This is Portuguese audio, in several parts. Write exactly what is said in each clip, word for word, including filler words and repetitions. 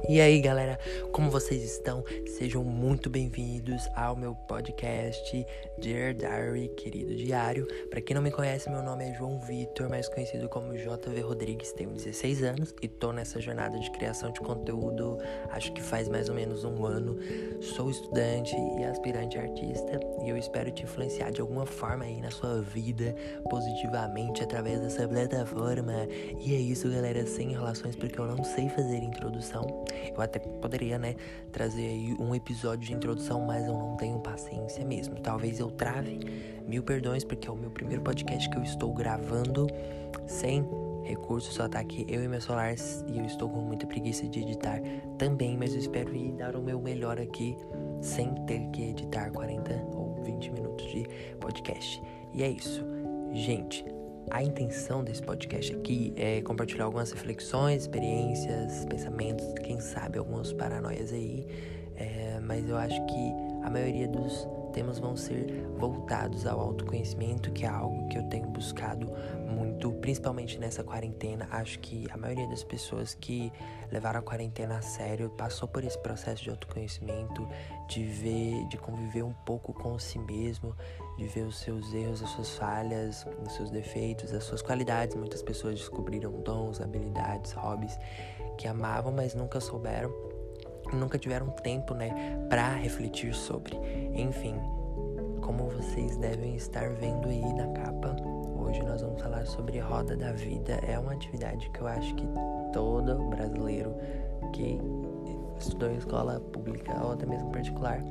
E aí, galera, como vocês estão? Sejam muito bem-vindos ao meu podcast Dear Diary, querido diário. Pra quem não me conhece, meu nome é João Vitor, mais conhecido como J V Rodrigues. Tenho dezesseis anos e tô nessa jornada de criação de conteúdo, acho que faz mais ou menos um ano. Sou estudante e aspirante artista e eu espero te influenciar de alguma forma aí na sua vida, positivamente, através dessa plataforma. E é isso, galera, sem enrolações, porque eu não sei fazer introdução. Eu até poderia, né, trazer aí um episódio de introdução, mas eu não tenho paciência mesmo. Talvez eu trave, mil perdões, porque é o meu primeiro podcast que eu estou gravando sem recursos, só tá aqui eu e meu celular, e eu estou com muita preguiça de editar também, mas eu espero ir dar o meu melhor aqui, sem ter que editar quarenta ou vinte minutos de podcast. E é isso, gente. A intenção desse podcast aqui é compartilhar algumas reflexões, experiências, pensamentos, quem sabe algumas paranoias aí, é, mas eu acho que a maioria dos temas vão ser voltados ao autoconhecimento, que é algo que eu tenho buscado muito, principalmente nessa quarentena. Acho que a maioria das pessoas que levaram a quarentena a sério passou por esse processo de autoconhecimento, de ver, de conviver um pouco com si mesmo, de ver os seus erros, as suas falhas, os seus defeitos, as suas qualidades. Muitas pessoas descobriram dons, habilidades, hobbies que amavam, mas nunca souberam, nunca tiveram tempo, né, pra refletir sobre. Enfim, como vocês devem estar vendo aí na capa, hoje nós vamos falar sobre Roda da Vida. É uma atividade que eu acho que todo brasileiro que estudou em escola pública ou até mesmo particular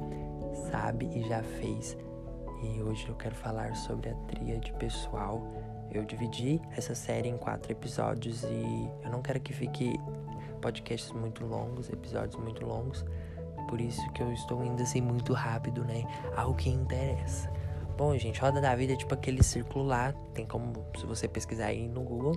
sabe e já fez. E hoje eu quero falar sobre a tríade pessoal. Eu dividi essa série em quatro episódios e eu não quero que fique podcasts muito longos, episódios muito longos. Por isso que eu estou indo assim muito rápido, né, ao que interessa. Bom, gente, Roda da Vida é tipo aquele círculo lá. Tem como, se você pesquisar aí no Google,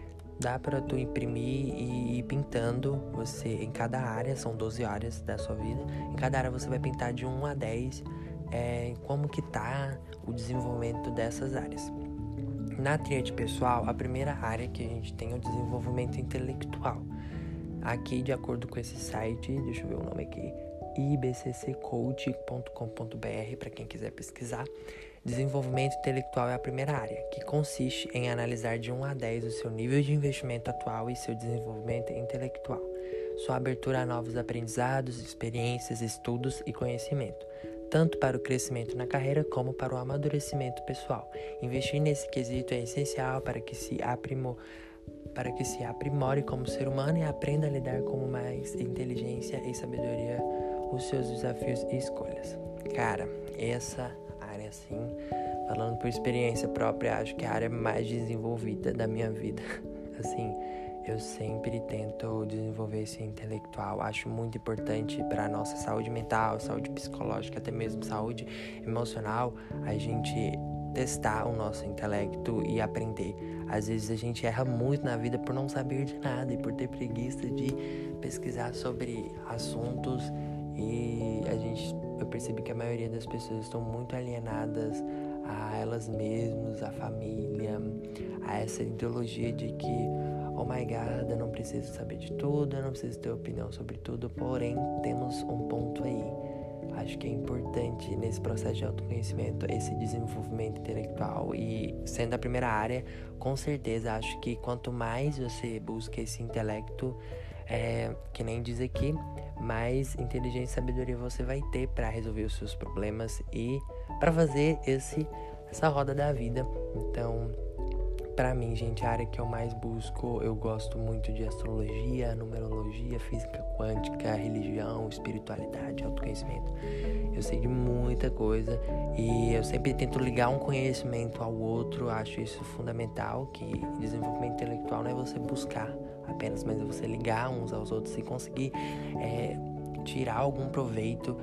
dá pra tu imprimir e ir pintando. Você, em cada área, são doze áreas da sua vida. Em cada área você vai pintar de um a dez. É, como que tá o desenvolvimento dessas áreas. Na tríade pessoal, a primeira área que a gente tem é o desenvolvimento intelectual. Aqui, de acordo com esse site, deixa eu ver o nome aqui, i b c c coach ponto com ponto b r, para quem quiser pesquisar. Desenvolvimento intelectual é a primeira área, que consiste em analisar de um a dez o seu nível de investimento atual e seu desenvolvimento intelectual, sua abertura a novos aprendizados, experiências, estudos e conhecimento, tanto para o crescimento na carreira como para o amadurecimento pessoal. Investir nesse quesito é essencial para que se aprimore, para que se aprimore como ser humano e aprenda a lidar com mais inteligência e sabedoria os seus desafios e escolhas. Cara, essa área, assim, falando por experiência própria, acho que é a área mais desenvolvida da minha vida. Assim, eu sempre tento desenvolver esse intelectual. Acho muito importante para a nossa saúde mental, saúde psicológica, até mesmo saúde emocional, a gente testar o nosso intelecto e aprender. Às vezes a gente erra muito na vida por não saber de nada e por ter preguiça de pesquisar sobre assuntos, e a gente, eu percebi que a maioria das pessoas estão muito alienadas a elas mesmas, à família, a essa ideologia de que, oh my god, eu não preciso saber de tudo, eu não preciso ter opinião sobre tudo. Porém, temos um ponto aí. Acho que é importante nesse processo de autoconhecimento esse desenvolvimento intelectual, e sendo a primeira área, com certeza acho que quanto mais você busca esse intelecto, é, que nem diz aqui, mais inteligência e sabedoria você vai ter para resolver os seus problemas e para fazer esse, essa roda da vida. Então, pra mim, gente, a área que eu mais busco, eu gosto muito de astrologia, numerologia, física quântica, religião, espiritualidade, autoconhecimento. Eu sei de muita coisa e eu sempre tento ligar um conhecimento ao outro. Acho isso fundamental, que desenvolvimento intelectual não é você buscar apenas, mas é você ligar uns aos outros e conseguir é, tirar algum proveito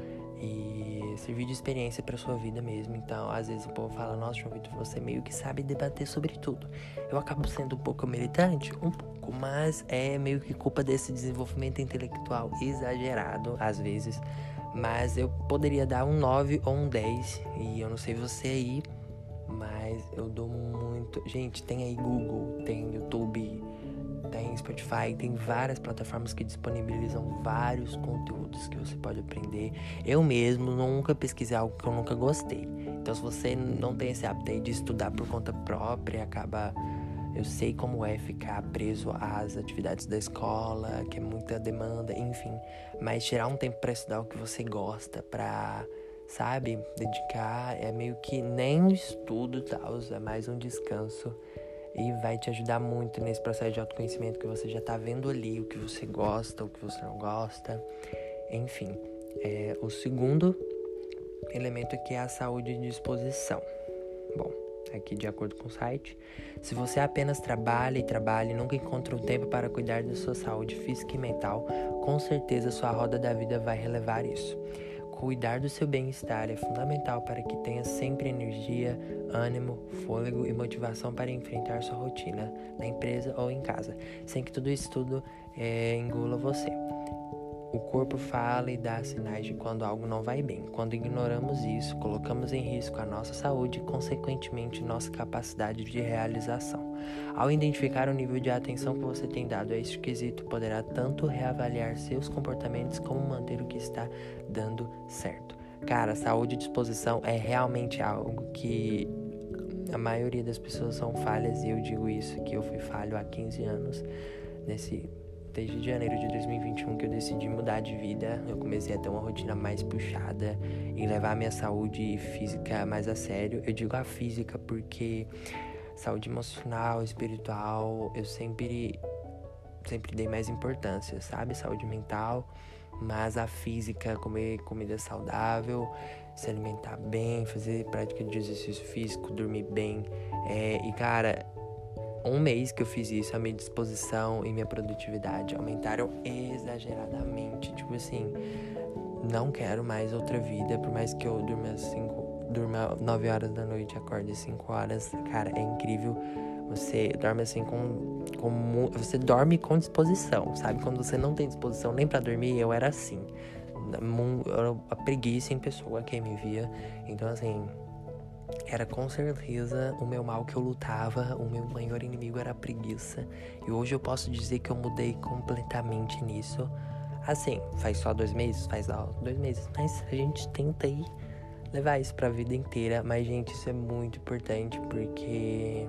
e servir de experiência para sua vida mesmo. Então, às vezes o povo fala, nossa, João Vitor, você meio que sabe debater sobre tudo. Eu acabo sendo um pouco militante, um pouco, mas é meio que culpa desse desenvolvimento intelectual exagerado, às vezes. Mas eu poderia dar um nove ou um dez, e eu não sei você aí, mas eu dou muito... Gente, tem aí Google, tem YouTube, tem Spotify, tem várias plataformas que disponibilizam vários conteúdos que você pode aprender. Eu mesmo nunca pesquisei algo que eu nunca gostei. Então, se você não tem esse hábito aí de estudar por conta própria, acaba... Eu sei como é ficar preso às atividades da escola, que é muita demanda, enfim. Mas tirar um tempo pra estudar o que você gosta, pra, sabe, dedicar, é meio que nem um estudo e tal, é mais um descanso. E vai te ajudar muito nesse processo de autoconhecimento que você já tá vendo ali, o que você gosta, o que você não gosta. Enfim, é, o segundo elemento aqui é a saúde e disposição. Bom, aqui de acordo com o site, se você apenas trabalha e trabalha e nunca encontra um tempo para cuidar da sua saúde física e mental, com certeza sua roda da vida vai relevar isso. Cuidar do seu bem-estar é fundamental para que tenha sempre energia, ânimo, fôlego e motivação para enfrentar sua rotina na empresa ou em casa, sem que tudo isso tudo é, engula você. O corpo fala e dá sinais de quando algo não vai bem. Quando ignoramos isso, colocamos em risco a nossa saúde e, consequentemente, nossa capacidade de realização. Ao identificar o nível de atenção que você tem dado a este quesito, poderá tanto reavaliar seus comportamentos como manter o que está dando certo. Cara, saúde e disposição é realmente algo que a maioria das pessoas são falhas, e eu digo isso, que eu fui falho há quinze anos, nesse... Desde janeiro de dois mil e vinte e um que eu decidi mudar de vida, eu comecei a ter uma rotina mais puxada e levar a minha saúde física mais a sério. Eu digo a física porque saúde emocional, espiritual, eu sempre, sempre dei mais importância, sabe? Saúde mental, mas a física, comer comida saudável, se alimentar bem, fazer prática de exercício físico, dormir bem. É, e cara... Um mês que eu fiz isso, a minha disposição e minha produtividade aumentaram exageradamente. Tipo assim, não quero mais outra vida, por mais que eu durma cinco, durma nove horas da noite, acorde cinco horas. Cara, é incrível. Você dorme assim com, com... Você dorme com disposição, sabe? Quando você não tem disposição nem pra dormir, eu era assim. Eu era a preguiça em pessoa, quem me via. Então, assim... Era com certeza o meu mal que eu lutava, o meu maior inimigo era a preguiça. E hoje eu posso dizer que eu mudei completamente nisso. Assim, faz só dois meses? Faz só dois meses. Mas a gente tenta aí levar isso pra vida inteira. Mas, gente, isso é muito importante porque...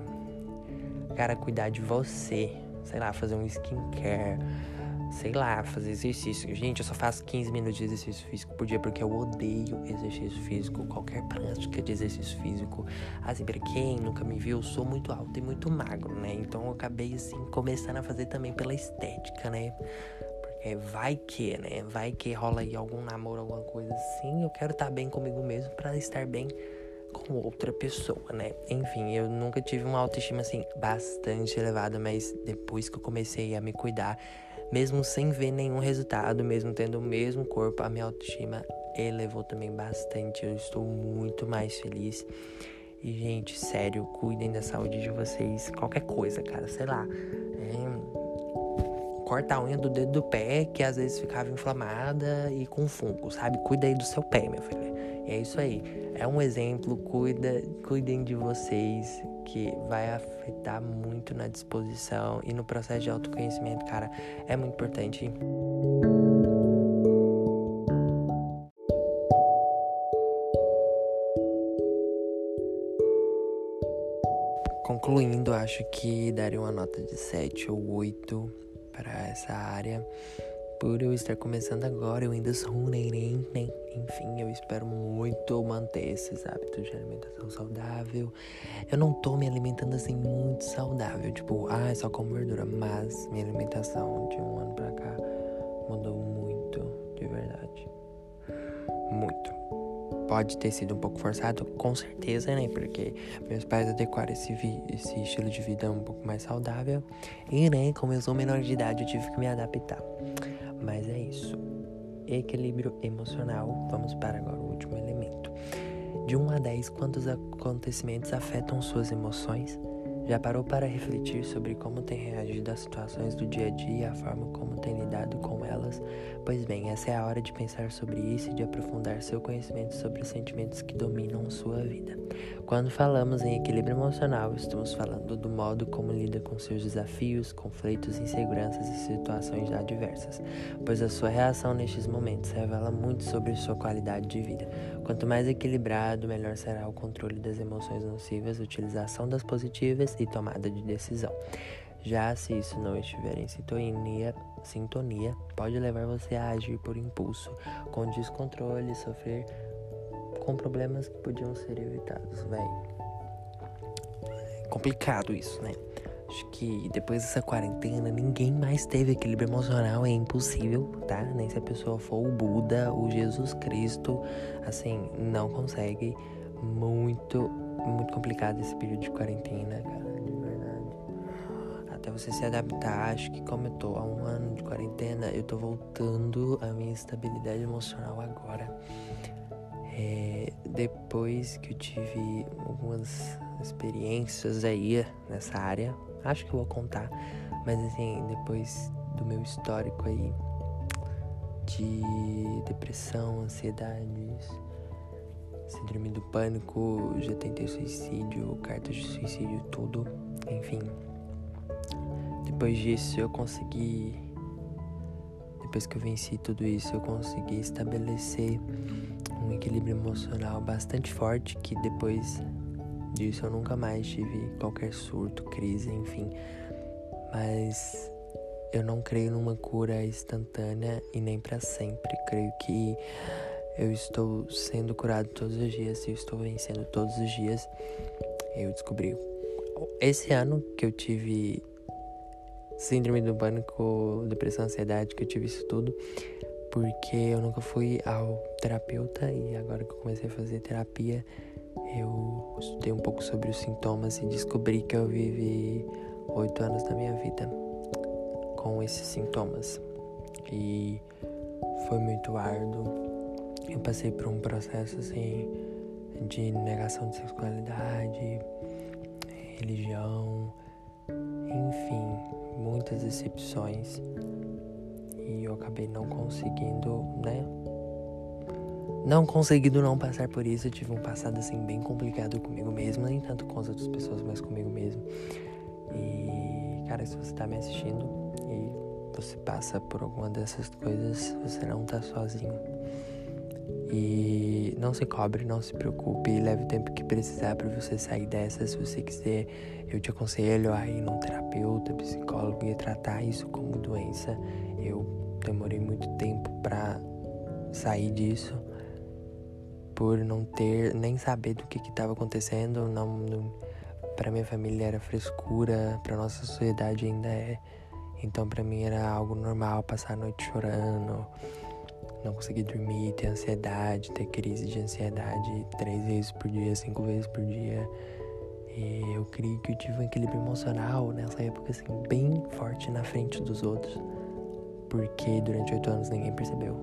Cara, cuidar de você. Sei lá, fazer um skincare... Sei lá, fazer exercício. Gente, eu só faço quinze minutos de exercício físico por dia porque eu odeio exercício físico, qualquer prática de exercício físico. Assim, pra quem nunca me viu, eu sou muito alto e muito magro, né? Então eu acabei, assim, começando a fazer também pela estética, né? Porque vai que, né? Vai que rola aí algum namoro, alguma coisa assim. Eu quero estar bem comigo mesmo pra estar bem com outra pessoa, né? Enfim, eu nunca tive uma autoestima, assim, bastante elevada, mas depois que eu comecei a me cuidar... Mesmo sem ver nenhum resultado, mesmo tendo o mesmo corpo, a minha autoestima elevou também bastante. Eu estou muito mais feliz. E, gente, sério, cuidem da saúde de vocês. Qualquer coisa, cara, sei lá. É... Corta a unha do dedo do pé, que às vezes ficava inflamada e com fungo, sabe? Cuida aí do seu pé, minha filha. E é isso aí. É um exemplo, cuida, cuidem de vocês, que vai afetar muito na disposição e no processo de autoconhecimento, cara, é muito importante. Concluindo, acho que daria uma nota de sete ou oito para essa área. Por eu estar começando agora, eu ainda sou um neném, né? Enfim, eu espero muito manter esses hábitos de alimentação saudável. Eu não tô me alimentando assim muito saudável, tipo, ah, só como verdura. Mas minha alimentação de um ano pra cá mudou muito, de verdade. Muito. Pode ter sido um pouco forçado, com certeza, né? Porque meus pais adequaram esse, vi- esse estilo de vida um pouco mais saudável. E, né, como eu sou menor de idade, eu tive que me adaptar. Mas é isso. Equilíbrio emocional. Vamos para agora o último elemento. De um a dez, quantos acontecimentos afetam suas emoções? Já parou para refletir sobre como tem reagido às situações do dia a dia e a forma como tem lidado com elas? Pois bem, essa é a hora de pensar sobre isso e de aprofundar seu conhecimento sobre os sentimentos que dominam sua vida. Quando falamos em equilíbrio emocional, estamos falando do modo como lida com seus desafios, conflitos, inseguranças e situações adversas, pois a sua reação nestes momentos revela muito sobre sua qualidade de vida. Quanto mais equilibrado, melhor será o controle das emoções nocivas, utilização das positivas e tomada de decisão. Já se isso não estiver em sintonia, sintonia, pode levar você a agir por impulso, com descontrole e sofrer com problemas que podiam ser evitados, velho. É complicado isso, né? Acho que depois dessa quarentena, ninguém mais teve equilíbrio emocional, é impossível, tá? Nem se a pessoa for o Buda, o Jesus Cristo, assim, não consegue. Muito, muito complicado esse período de quarentena, cara, de verdade. Até você se adaptar, acho que como eu tô há um ano de quarentena, eu tô voltando à minha estabilidade emocional agora. É, depois que eu tive algumas experiências aí nessa área, acho que eu vou contar, mas assim, depois do meu histórico aí de depressão, ansiedades, síndrome do pânico, já tentei suicídio, cartas de suicídio, tudo, enfim. Depois disso eu consegui, depois que eu venci tudo isso, eu consegui estabelecer um equilíbrio emocional bastante forte, que depois disso eu nunca mais tive qualquer surto, crise, enfim. Mas eu não creio numa cura instantânea e nem pra sempre. Creio que eu estou sendo curado todos os dias, eu estou vencendo todos os dias. Eu descobri esse ano que eu tive síndrome do pânico, depressão, ansiedade, que eu tive isso tudo, porque eu nunca fui ao terapeuta e agora que eu comecei a fazer terapia, eu estudei um pouco sobre os sintomas e descobri que eu vivi oito anos da minha vida com esses sintomas. E foi muito árduo. Eu passei por um processo assim de negação de sexualidade, religião, enfim, muitas decepções. E eu acabei não conseguindo, né? Não conseguindo não passar por isso. Eu tive um passado assim bem complicado comigo mesmo, nem tanto com as outras pessoas, mas comigo mesmo. E, cara, se você tá me assistindo e você passa por alguma dessas coisas, você não tá sozinho. E não se cobre, não se preocupe, leve o tempo que precisar pra você sair dessa. Se você quiser, eu te aconselho a ir num terapeuta, psicólogo e tratar isso como doença. Eu demorei muito tempo pra sair disso, por não ter, nem saber do que que tava acontecendo. Não, não, pra minha família era frescura, pra nossa sociedade ainda é. Então pra mim era algo normal passar a noite chorando, não conseguir dormir, ter ansiedade, ter crise de ansiedade três vezes por dia, cinco vezes por dia. E eu creio que eu tive um equilíbrio emocional nessa época assim bem forte na frente dos outros, porque durante oito anos ninguém percebeu.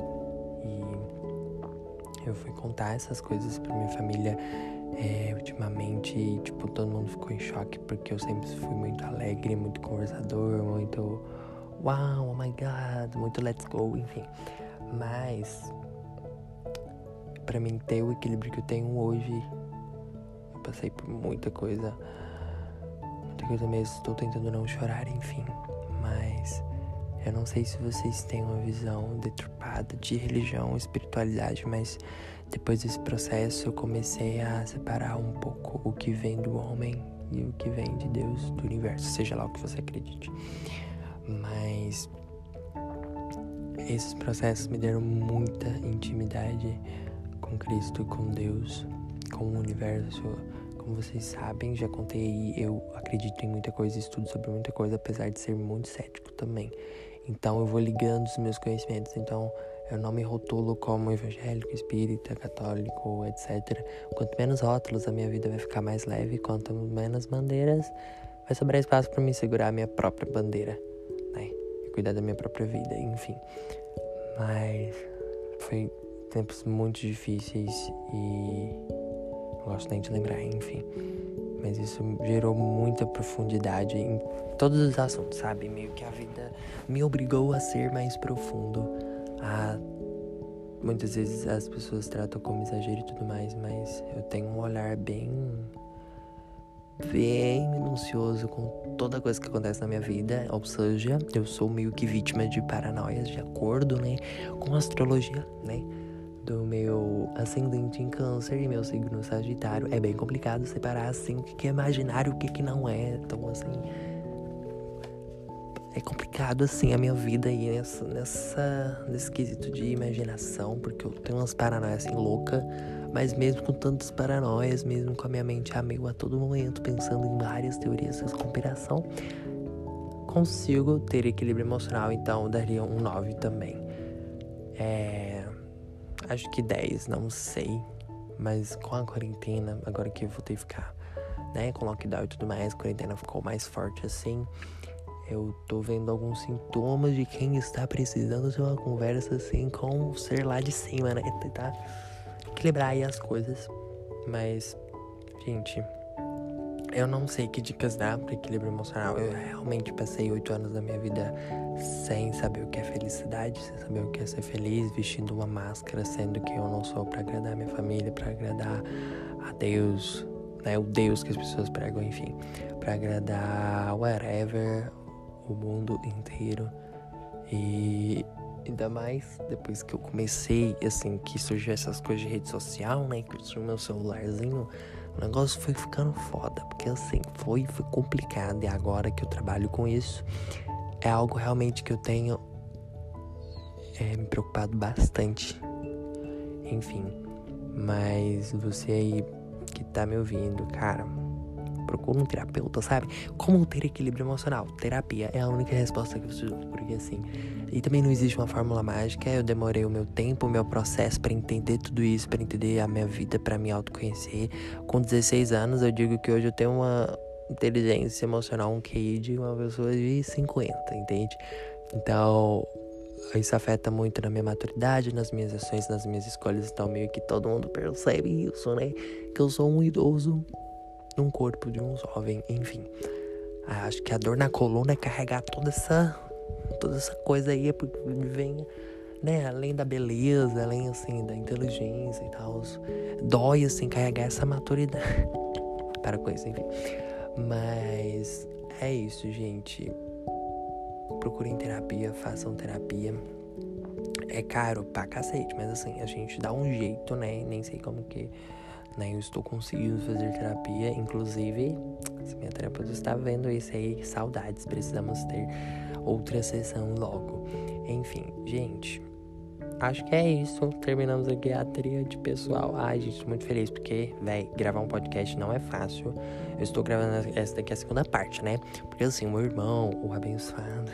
E eu fui contar essas coisas pra minha família é, ultimamente e, tipo, todo mundo ficou em choque, porque eu sempre fui muito alegre, muito conversador, muito wow, oh my god, muito let's go, enfim. Mas pra mim ter o equilíbrio que eu tenho hoje, eu passei por muita coisa, muita coisa mesmo, estou tentando não chorar, enfim. Mas eu não sei se vocês têm uma visão deturpada de religião, espiritualidade, mas depois desse processo eu comecei a separar um pouco o que vem do homem e o que vem de Deus, do universo, seja lá o que você acredite. Mas esses processos me deram muita intimidade com Cristo, com Deus, com o universo. Como vocês sabem, já contei aí, eu acredito em muita coisa, estudo sobre muita coisa, apesar de ser muito cético também. Então eu vou ligando os meus conhecimentos, então eu não me rotulo como evangélico, espírita, católico, etcétera. Quanto menos rótulos, a minha vida vai ficar mais leve, quanto menos bandeiras, vai sobrar espaço para me segurar a minha própria bandeira, né? E cuidar da minha própria vida, enfim. Mas foi tempos muito difíceis e não gosto nem de lembrar, enfim. mas isso gerou muita profundidade em todos os assuntos, sabe? Meio que a vida me obrigou a ser mais profundo. A... Muitas vezes as pessoas tratam como exagero e tudo mais, mas eu tenho um olhar bem... bem minucioso com toda coisa que acontece na minha vida. Ou seja, eu sou meio que vítima de paranoias, de acordo, né, com a astrologia, né, do meu ascendente em câncer e meu signo sagitário. É bem complicado separar, assim, o que é imaginário e o que não é. Então, assim, é complicado, assim, a minha vida aí nessa, nessa, nesse quesito de imaginação, porque eu tenho umas paranoias, assim, loucas. Mas mesmo com tantas paranoias, mesmo com a minha mente a meio a todo momento, pensando em várias teorias de conspiração, consigo ter equilíbrio emocional. Então eu daria um nove também. É... Acho que dez, não sei. Mas com a quarentena, agora que eu voltei a ficar, né, com lockdown e tudo mais, a quarentena ficou mais forte assim. Eu tô vendo alguns sintomas de quem está precisando de uma conversa assim com o ser lá de cima, né? Tentar equilibrar aí as coisas. Mas, gente, eu não sei que dicas dá pra equilíbrio emocional. Eu realmente passei oito anos da minha vida sem saber o que é felicidade, sem saber o que é ser feliz, vestindo uma máscara, sendo que eu não sou pra agradar a minha família, pra agradar a Deus, né? O Deus que as pessoas pregam, enfim, pra agradar whatever, o mundo inteiro. E ainda mais depois que eu comecei, assim, que surgiu essas coisas de rede social, né, que surgiu meu celularzinho, o negócio foi ficando foda, porque assim, foi, foi complicado. E agora que eu trabalho com isso, é algo realmente que eu tenho é, me preocupado bastante. Enfim, mas você aí que tá me ouvindo, cara, procura um terapeuta, sabe? Como ter equilíbrio emocional? Terapia é a única resposta que eu preciso, porque assim... E também não existe uma fórmula mágica. Eu demorei o meu tempo, o meu processo pra entender tudo isso, pra entender a minha vida, pra me autoconhecer. Com dezesseis anos, eu digo que hoje eu tenho uma inteligência emocional, um Q I de uma pessoa de cinquenta, entende? Então, isso afeta muito na minha maturidade, nas minhas ações, nas minhas escolhas. Então, meio que todo mundo percebe isso, né? Que eu sou um idoso num corpo de um jovem, enfim. Acho que a dor na coluna é carregar toda essa, toda essa coisa aí, porque vem, né, além da beleza, além, assim, da inteligência e tal, dói, assim, carregar essa maturidade. Para com isso, enfim. Mas é isso, gente. Procurem terapia, façam terapia. É caro pra cacete, mas assim, a gente dá um jeito, né, nem sei como que... Né, eu estou conseguindo fazer terapia. Inclusive, se minha terapeuta está vendo isso aí, saudades, precisamos ter outra sessão logo. Enfim, gente, acho que é isso. Terminamos aqui a tríade pessoal. Ai, gente, tô muito feliz porque, véi, gravar um podcast não é fácil. Eu estou gravando essa daqui a segunda parte, né? Porque assim, o meu irmão, o abençoado,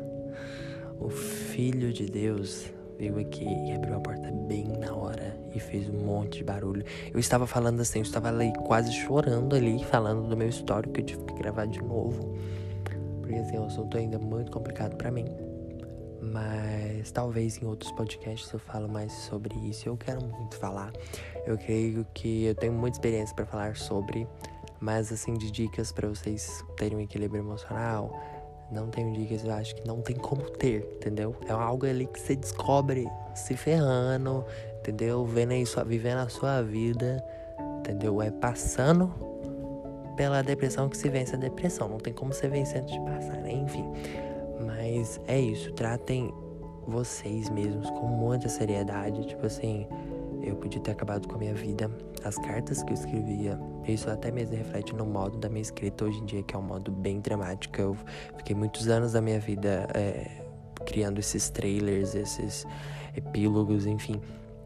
o filho de Deus, veio aqui e abriu a porta bem na hora e fez um monte de barulho. Eu estava falando assim, eu estava ali quase chorando ali, falando do meu histórico, que eu tive que gravar de novo, porque assim, é um assunto ainda muito complicado pra mim. Mas talvez em outros podcasts eu falo mais sobre isso. Eu quero muito falar. Eu creio que eu tenho muita experiência pra falar sobre, mas assim, de dicas pra vocês terem um equilíbrio emocional, não tenho dicas, eu acho que não tem como ter, entendeu? É algo ali que você descobre se ferrando, entendeu? Vendo aí, sua, vivendo a sua vida, entendeu? É passando pela depressão que se vence a depressão. Não tem como você vencer antes de passar, né? Enfim. Mas é isso, tratem vocês mesmos com muita seriedade. Tipo assim, eu podia ter acabado com a minha vida. As cartas que eu escrevia, isso até mesmo reflete no modo da minha escrita hoje em dia, que é um modo bem dramático. Eu fiquei muitos anos da minha vida é, criando esses trailers, esses epílogos, enfim.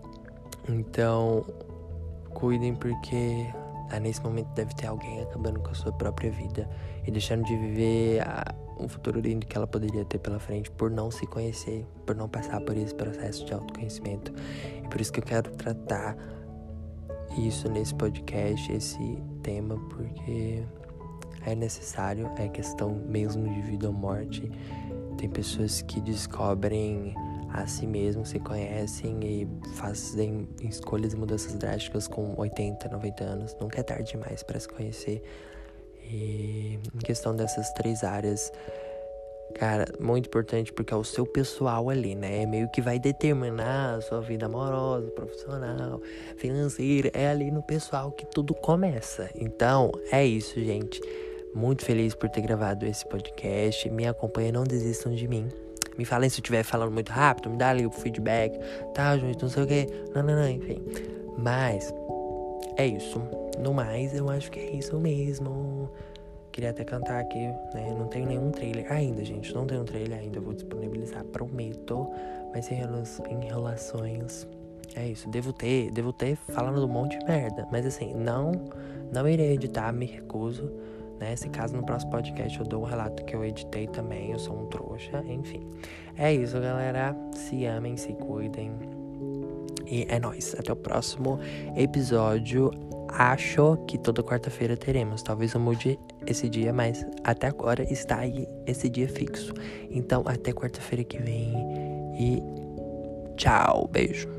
Então, cuidem, porque ah, nesse momento deve ter alguém acabando com a sua própria vida e deixando de viver a, um futuro lindo que ela poderia ter pela frente por não se conhecer, por não passar por esse processo de autoconhecimento. E por isso que eu quero tratar isso nesse podcast, esse tema, porque é necessário, é questão mesmo de vida ou morte. Tem pessoas que descobrem a si mesmo, se conhecem e fazem escolhas e mudanças drásticas com oitenta, noventa anos. Nunca é tarde demais para se conhecer. E em questão dessas três áreas, cara, muito importante porque é o seu pessoal ali, né? É meio que vai determinar a sua vida amorosa, profissional, financeira. É ali no pessoal que tudo começa. Então, é isso, gente. Muito feliz por ter gravado esse podcast. Me acompanhem, não desistam de mim. Me falem se eu estiver falando muito rápido, me dá ali o feedback. Tá, gente, não sei o que. Não, não, não, enfim. Mas, é isso. No mais, eu acho que é isso mesmo. Queria até cantar aqui, né? Não tenho nenhum trailer ainda, gente. Não tenho um trailer ainda. Eu vou disponibilizar, prometo. Mas em relações... É isso. Devo ter, devo ter falando um monte de merda. Mas assim, não, não irei editar, me recuso. Né? Se caso no próximo podcast eu dou um relato que eu editei também. Eu sou um trouxa, enfim. É isso, galera. Se amem, se cuidem. E é nóis. Até o próximo episódio. Acho que toda quarta-feira teremos. Talvez eu mude esse dia, mas até agora está aí esse dia fixo. Então, até quarta-feira que vem. E tchau. Beijo.